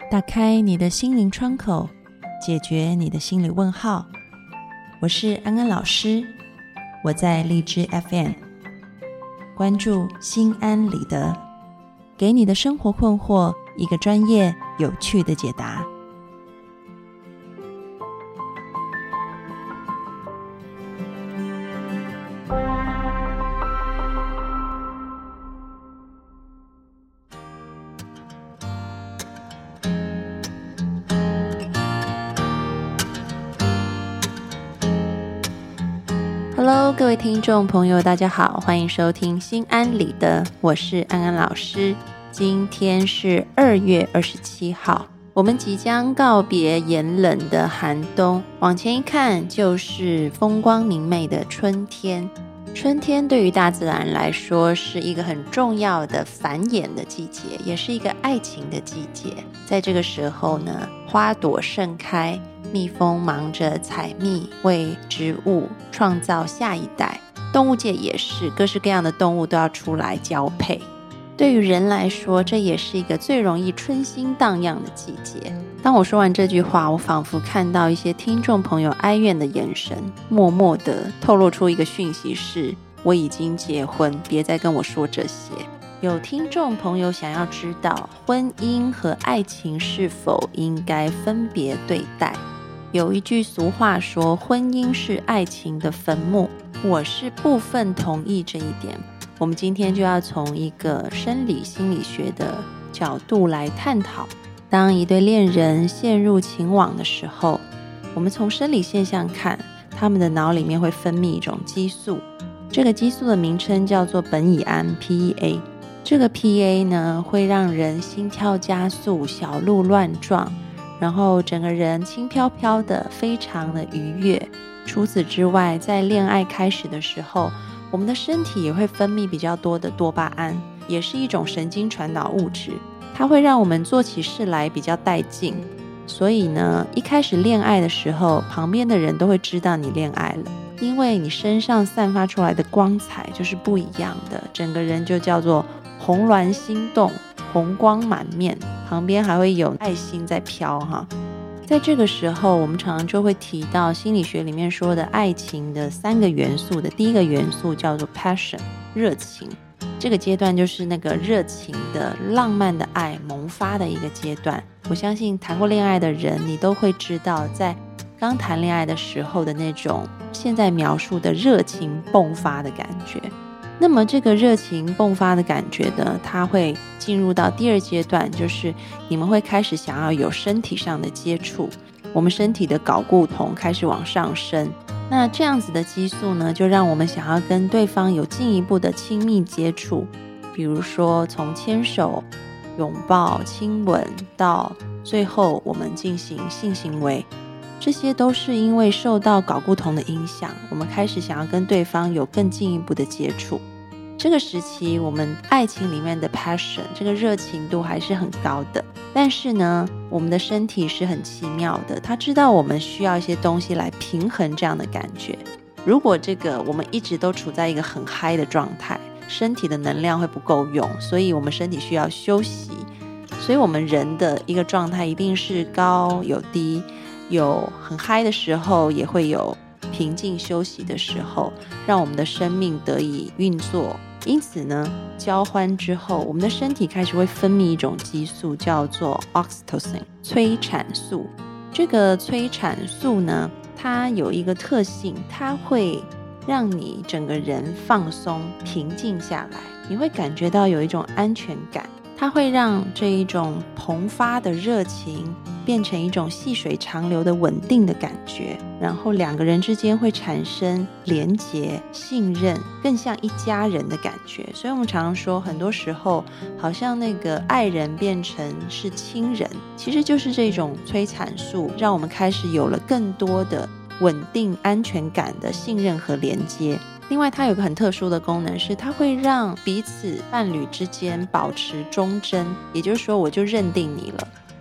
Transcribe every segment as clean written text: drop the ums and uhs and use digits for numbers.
打开你的心灵窗口，解决你的心理问号。我是安安老师，我在荔枝 FM， 关注心安理得，给你的生活困惑一个专业有趣的解答。Hello， 各位听众朋友，大家好，欢迎收听心安理得，我是安安老师。今天是2月27号，我们即将告别炎冷的寒冬，往前一看就是风光明媚的春天。春天对于大自然来说是一个很重要的繁衍的季节，也是一个爱情的季节。在这个时候呢，花朵盛开，蜜蜂忙着采蜜，为植物创造下一代。动物界也是，各式各样的动物都要出来交配。对于人来说，这也是一个最容易春心荡漾的季节。当我说完这句话，我仿佛看到一些听众朋友哀怨的眼神，默默地透露出一个讯息是：我已经结婚，别再跟我说这些。有听众朋友想要知道婚姻和爱情是否应该分别对待。有一句俗话说，婚姻是爱情的坟墓，我是部分同意这一点。我们今天就要从一个生理心理学的角度来探讨，当一对恋人陷入情网的时候，我们从生理现象看，他们的脑里面会分泌一种激素，这个激素的名称叫做苯乙胺 PEA。 这个 PEA 呢，会让人心跳加速，小鹿乱撞，然后整个人轻飘飘的，非常的愉悦。除此之外，在恋爱开始的时候，我们的身体也会分泌比较多的多巴胺，也是一种神经传导物质，它会让我们做起事来比较带劲。所以呢，一开始恋爱的时候，旁边的人都会知道你恋爱了，因为你身上散发出来的光彩就是不一样的，整个人就叫做红鸾心动，红光满面，旁边还会有爱心在飘哈。在这个时候，我们常常就会提到心理学里面说的爱情的3个元素的第一个元素叫做 passion， 热情。这个阶段就是那个热情的浪漫的爱萌发的一个阶段。我相信谈过恋爱的人，你都会知道，在刚谈恋爱的时候的那种现在描述的热情迸发的感觉。那么这个热情迸发的感觉呢，它会进入到第2阶段，就是你们会开始想要有身体上的接触，我们身体的睾固酮开始往上升。那这样子的激素呢，就让我们想要跟对方有进一步的亲密接触，比如说从牵手、拥抱、亲吻到最后我们进行性行为，这些都是因为受到睾固酮的影响，我们开始想要跟对方有更进一步的接触。这个时期我们爱情里面的 passion， 这个热情度还是很高的，但是呢，我们的身体是很奇妙的，它知道我们需要一些东西来平衡这样的感觉。如果我们一直都处在一个很嗨的状态，身体的能量会不够用，所以我们身体需要休息。所以我们人的一个状态一定是高有低，有很嗨的时候，也会有平静休息的时候，让我们的生命得以运作。因此呢，交欢之后，我们的身体开始会分泌一种激素，叫做 oxytocin 催产素。这个催产素呢，它有一个特性，它会让你整个人放松平静下来，你会感觉到有一种安全感，它会让这一种膨发的热情变成一种细水长流的稳定的感觉，然后2个人之间会产生连结、信任，更像一家人的感觉。所以我们常常说，很多时候好像那个爱人变成是亲人，其实就是这种催产素让我们开始有了更多的稳定安全感的信任和连接。另外它有个很特殊的功能，是它会让彼此伴侣之间保持忠贞，也就是说我就认定你了，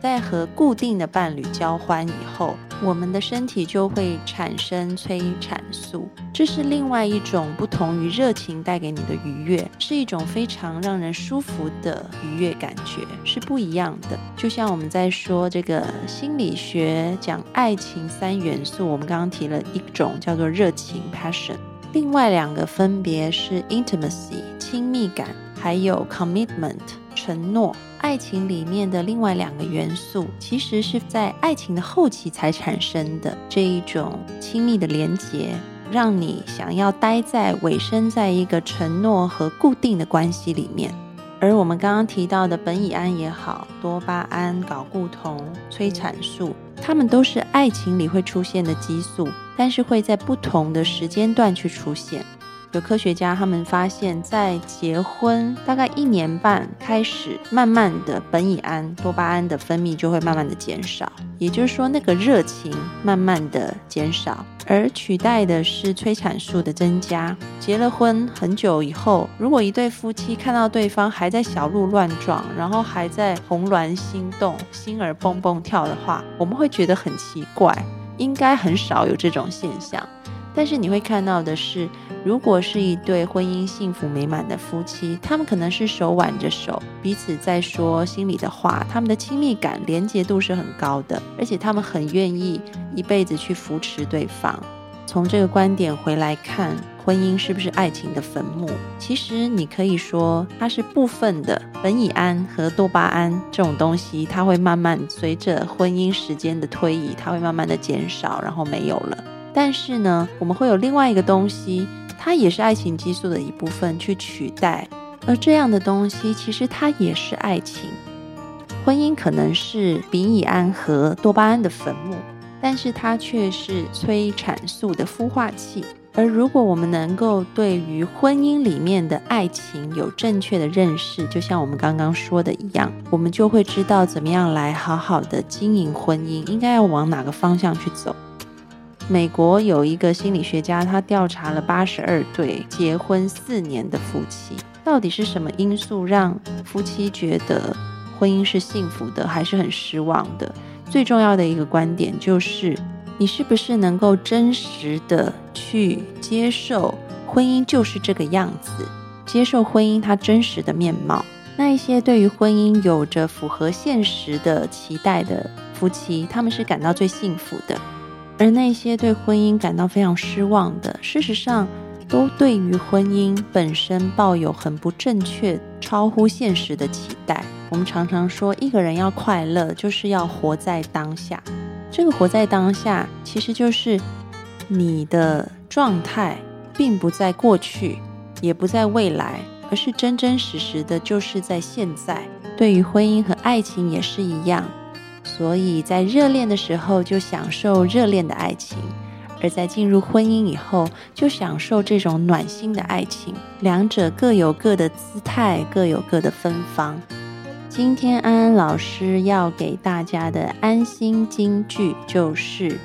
在和固定的伴侣交欢以后，我们的身体就会产生催产素，这是另外一种不同于热情带给你的愉悦，是一种非常让人舒服的愉悦感觉，是不一样的。就像我们在说这个心理学讲爱情3元素，我们刚刚提了一种叫做热情 passion， 另外2个分别是 intimacy 亲密感，还有 commitment 承诺。爱情里面的另外2个元素其实是在爱情的后期才产生的，这一种亲密的连结让你想要待在委身在一个承诺和固定的关系里面。而我们刚刚提到的苯乙胺也好，多巴胺、睾固酮、催产素，它们都是爱情里会出现的激素，但是会在不同的时间段去出现。有科学家他们发现，在结婚大概1年半开始，慢慢的苯乙胺、多巴胺的分泌就会慢慢的减少，也就是说那个热情慢慢的减少，而取代的是催产素的增加。结了婚很久以后，如果一对夫妻看到对方还在小鹿乱撞，然后还在红鸾心动、心儿蹦蹦跳的话，我们会觉得很奇怪，应该很少有这种现象。但是你会看到的是，如果是一对婚姻幸福美满的夫妻，他们可能是手挽着手，彼此在说心里的话，他们的亲密感连结度是很高的，而且他们很愿意一辈子去扶持对方。从这个观点回来看，婚姻是不是爱情的坟墓？其实你可以说它是部分的，苯乙胺和多巴胺这种东西，它会慢慢随着婚姻时间的推移，它会慢慢的减少，然后没有了。但是呢，我们会有另外一个东西，它也是爱情激素的一部分去取代，而这样的东西其实它也是爱情。婚姻可能是苯乙胺和多巴胺的坟墓，但是它却是催产素的孵化器。而如果我们能够对于婚姻里面的爱情有正确的认识，就像我们刚刚说的一样，我们就会知道怎么样来好好的经营婚姻，应该要往哪个方向去走。美国有一个心理学家，他调查了82对结婚4年的夫妻，到底是什么因素让夫妻觉得婚姻是幸福的还是很失望的？最重要的一个观点就是，你是不是能够真实的去接受婚姻就是这个样子，接受婚姻它真实的面貌。那一些对于婚姻有着符合现实的期待的夫妻，他们是感到最幸福的。而那些对婚姻感到非常失望的，事实上都对于婚姻本身抱有很不正确、超乎现实的期待。我们常常说，一个人要快乐，就是要活在当下。这个活在当下，其实就是你的状态并不在过去，也不在未来，而是真真实实的就是在现在。对于婚姻和爱情也是一样。所以在热恋的时候就享受热恋的爱情，而在进入婚姻以后就享受这种暖心的爱情，两者各有各的姿态，各有各的芬芳。今天安安老师要给大家的安心金句就是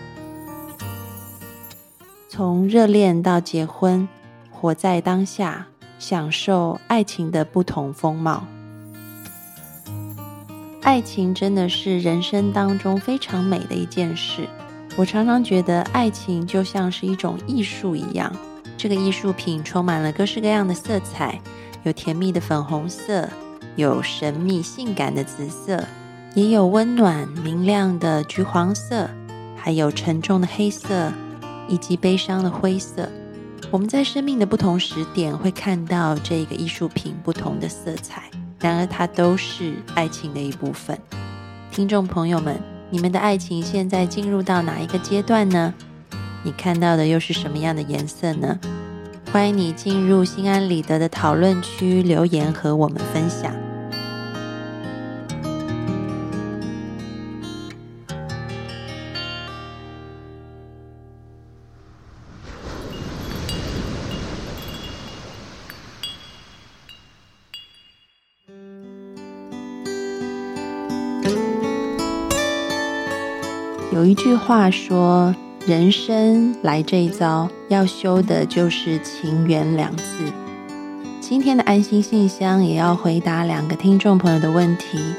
从热恋到结婚，活在当下，享受爱情的不同风貌。爱情真的是人生当中非常美的一件事。我常常觉得爱情就像是一种艺术一样，这个艺术品充满了各式各样的色彩，有甜蜜的粉红色，有神秘性感的紫色，也有温暖明亮的橘黄色，还有沉重的黑色，以及悲伤的灰色。我们在生命的不同时点会看到这个艺术品不同的色彩，然而它都是爱情的一部分。听众朋友们，你们的爱情现在进入到哪一个阶段呢？你看到的又是什么样的颜色呢？欢迎你进入心安理得的讨论区留言和我们分享。有一句话说，人生来这一遭，要修的就是情缘2字。今天的安心信箱也要回答2个听众朋友的问题。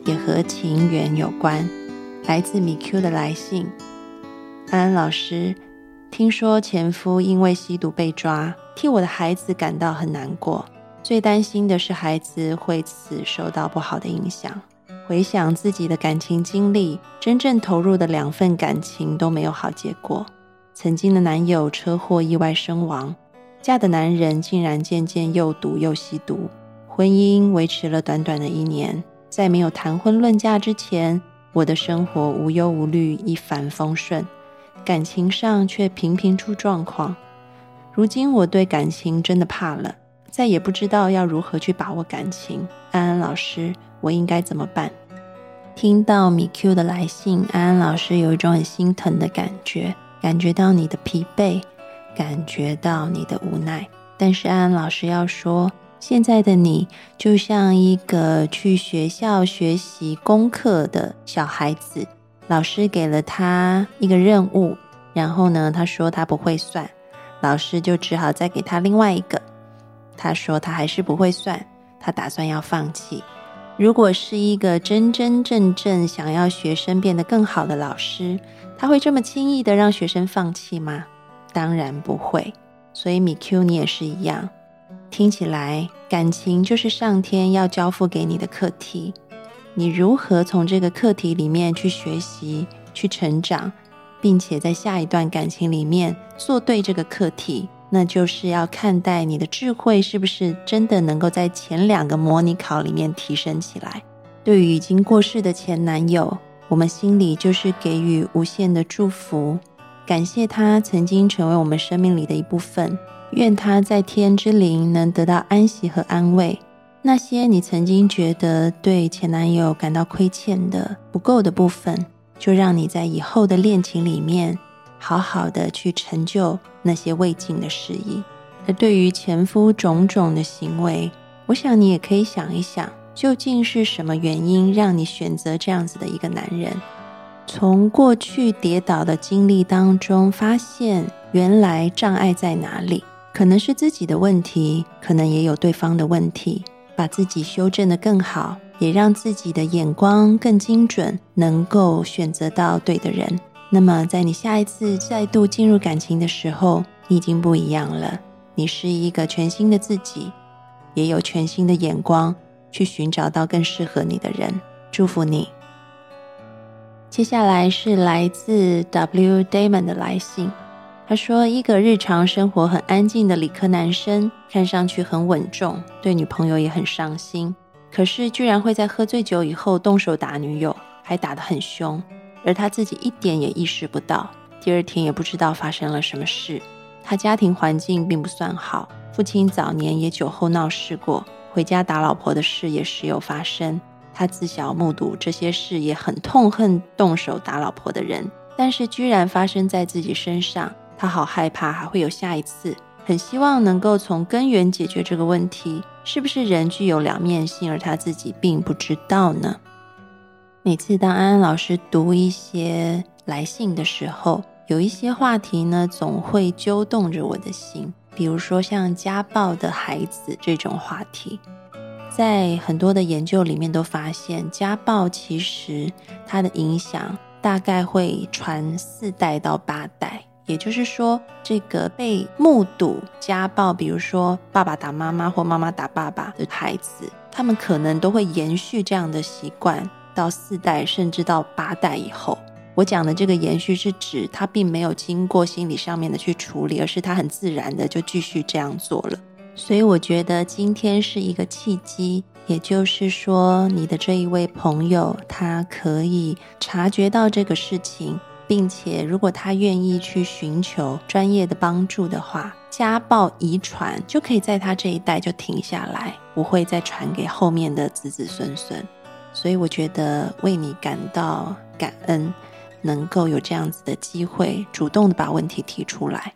也和情缘有关。来自米 Q 的来信：安安老师，听说前夫因为吸毒被抓，替我的孩子感到很难过，最担心的是孩子会此受到不好的影响。回想自己的感情经历，真正投入的2份感情都没有好结果。曾经的男友车祸意外身亡，嫁的男人竟然渐渐又赌又吸毒，婚姻维持了短短的1年。在没有谈婚论嫁之前，我的生活无忧无虑，一帆风顺，感情上却频频出状况。如今我对感情真的怕了，再也不知道要如何去把握感情。安安老师，我应该怎么办？听到米 Q 的来信，安安老师有一种很心疼的感觉，感觉到你的疲惫，感觉到你的无奈。但是安安老师要说，现在的你就像一个去学校学习功课的小孩子，老师给了他一个任务，然后呢，他说他不会算，老师就只好再给他另外一个。他说他还是不会算，他打算要放弃。如果是一个真真正正想要学生变得更好的老师，他会这么轻易的让学生放弃吗？当然不会。所以米 Q 你也是一样，听起来感情就是上天要交付给你的课题，你如何从这个课题里面去学习，去成长，并且在下一段感情里面做对这个课题，那就是要看待你的智慧是不是真的能够在前2个模拟考里面提升起来。对于已经过世的前男友，我们心里就是给予无限的祝福，感谢他曾经成为我们生命里的一部分，愿他在天之灵能得到安息和安慰。那些你曾经觉得对前男友感到亏欠的不够的部分，就让你在以后的恋情里面好好的去成就那些未尽的事宜。而对于前夫种种的行为，我想你也可以想一想，究竟是什么原因让你选择这样子的一个男人。从过去跌倒的经历当中发现原来障碍在哪里，可能是自己的问题，可能也有对方的问题，把自己修正得更好，也让自己的眼光更精准，能够选择到对的人。那么在你下一次再度进入感情的时候，你已经不一样了，你是一个全新的自己，也有全新的眼光去寻找到更适合你的人。祝福你。接下来是来自 W. Damon 的来信，他说，一个日常生活很安静的理科男生，看上去很稳重，对女朋友也很上心，可是居然会在喝醉酒以后动手打女友，还打得很凶，而他自己一点也意识不到，第2天也不知道发生了什么事。他家庭环境并不算好，父亲早年也酒后闹事过，回家打老婆的事也时有发生。他自小目睹这些事，也很痛恨动手打老婆的人，但是居然发生在自己身上，他好害怕还会有下一次，很希望能够从根源解决这个问题。是不是人具有2面性，而他自己并不知道呢？每次当安安老师读一些来信的时候，有一些话题呢，总会揪动着我的心，比如说像家暴的孩子这种话题。在很多的研究里面都发现，家暴其实它的影响大概会传4代到8代，也就是说，这个被目睹家暴，比如说爸爸打妈妈或妈妈打爸爸的孩子，他们可能都会延续这样的习惯到4代甚至到8代以后。我讲的这个延续是指他并没有经过心理上面的去处理，而是他很自然的就继续这样做了。所以我觉得今天是一个契机，也就是说你的这一位朋友他可以察觉到这个事情，并且如果他愿意去寻求专业的帮助的话，家暴遗传就可以在他这一代就停下来，不会再传给后面的子子孙孙。所以我觉得为你感到感恩，能够有这样子的机会主动的把问题提出来。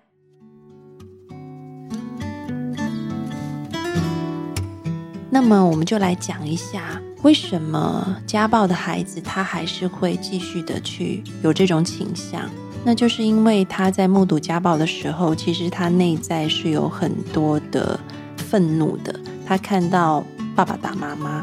那么我们就来讲一下，为什么家暴的孩子他还是会继续的去有这种倾向。那就是因为他在目睹家暴的时候，其实他内在是有很多的愤怒的。他看到爸爸打妈妈，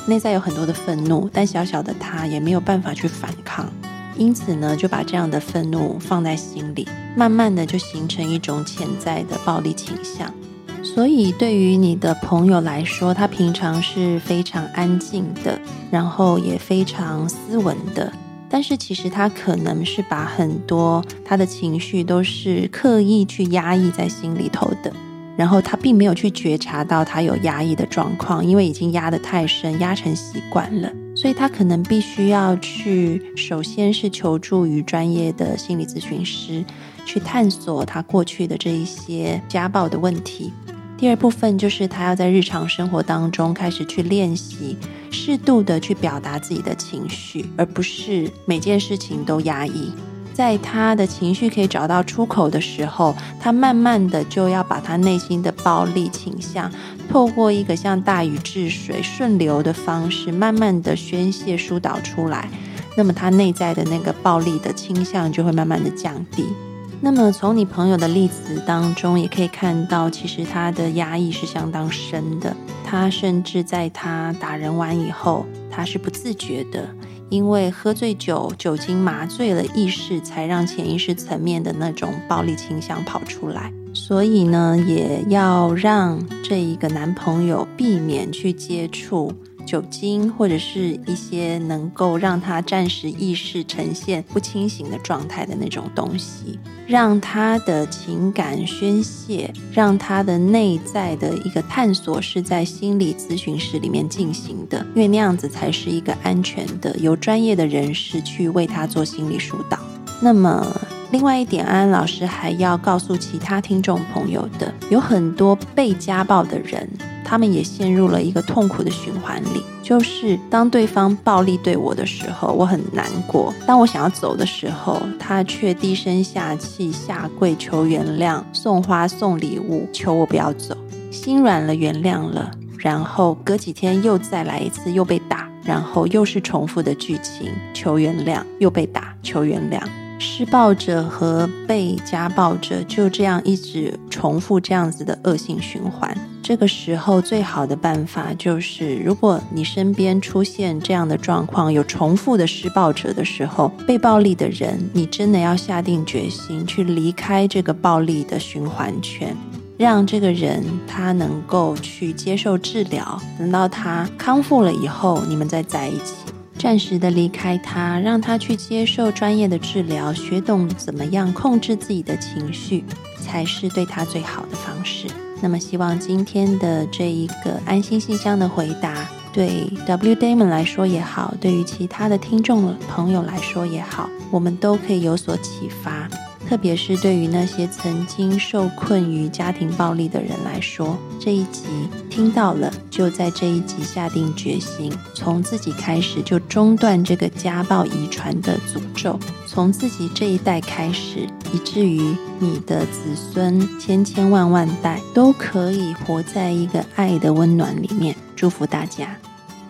内在有很多的愤怒，但小小的他也没有办法去反抗，因此呢就把这样的愤怒放在心里，慢慢的就形成一种潜在的暴力倾向。所以对于你的朋友来说，他平常是非常安静的，然后也非常斯文的，但是其实他可能是把很多他的情绪都是刻意去压抑在心里头的，然后他并没有去觉察到他有压抑的状况，因为已经压得太深，压成习惯了，所以他可能必须要去首先是求助于专业的心理咨询师，去探索他过去的这一些家暴的问题。第二部分就是他要在日常生活当中开始去练习适度的去表达自己的情绪，而不是每件事情都压抑。在他的情绪可以找到出口的时候，他慢慢的就要把他内心的暴力倾向透过一个像大禹治水顺流的方式慢慢的宣泄疏导出来，那么他内在的那个暴力的倾向就会慢慢的降低。那么从你朋友的例子当中也可以看到，其实他的压抑是相当深的，他甚至在他打人完以后，他是不自觉的，因为喝醉酒，酒精麻醉了意识，才让潜意识层面的那种暴力倾向跑出来。所以呢，也要让这一个男朋友避免去接触酒精或者是一些能够让他暂时意识呈现不清醒的状态的那种东西，让他的情感宣泄，让他的内在的一个探索是在心理咨询室里面进行的，因为那样子才是一个安全的，由专业的人士去为他做心理疏导。那么另外一点，安安老师还要告诉其他听众朋友的，有很多被家暴的人，他们也陷入了一个痛苦的循环里，就是当对方暴力对我的时候，我很难过，当我想要走的时候，他却低声下气下跪求原谅，送花送礼物求我不要走，心软了原谅了，然后隔几天又再来一次，又被打，然后又是重复的剧情，求原谅又被打，求原谅。施暴者和被家暴者就这样一直重复这样子的恶性循环。这个时候最好的办法就是，如果你身边出现这样的状况，有重复的施暴者的时候，被暴力的人，你真的要下定决心去离开这个暴力的循环圈，让这个人他能够去接受治疗，等到他康复了以后，你们再在一起。暂时的离开他，让他去接受专业的治疗，学懂怎么样控制自己的情绪，才是对他最好的方式。那么希望今天的这一个安心信箱的回答，对 W Damon 来说也好，对于其他的听众朋友来说也好，我们都可以有所启发。特别是对于那些曾经受困于家庭暴力的人来说，这一集听到了，就在这一集下定决心，从自己开始就中断这个家暴遗传的诅咒，从自己这一代开始，以至于你的子孙千千万万代都可以活在一个爱的温暖里面。祝福大家。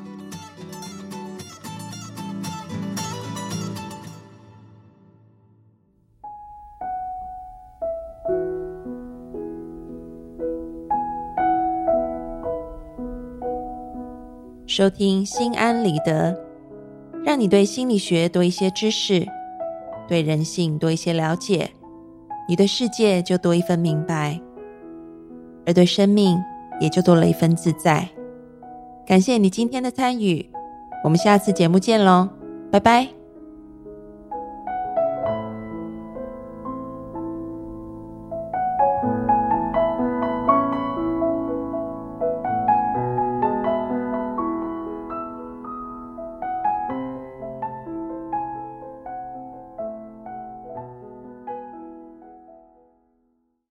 收听心安理得，让你对心理学多一些知识，对人性多一些了解，你对世界就多一份明白，而对生命也就多了一份自在。感谢你今天的参与，我们下次节目见咯，拜拜。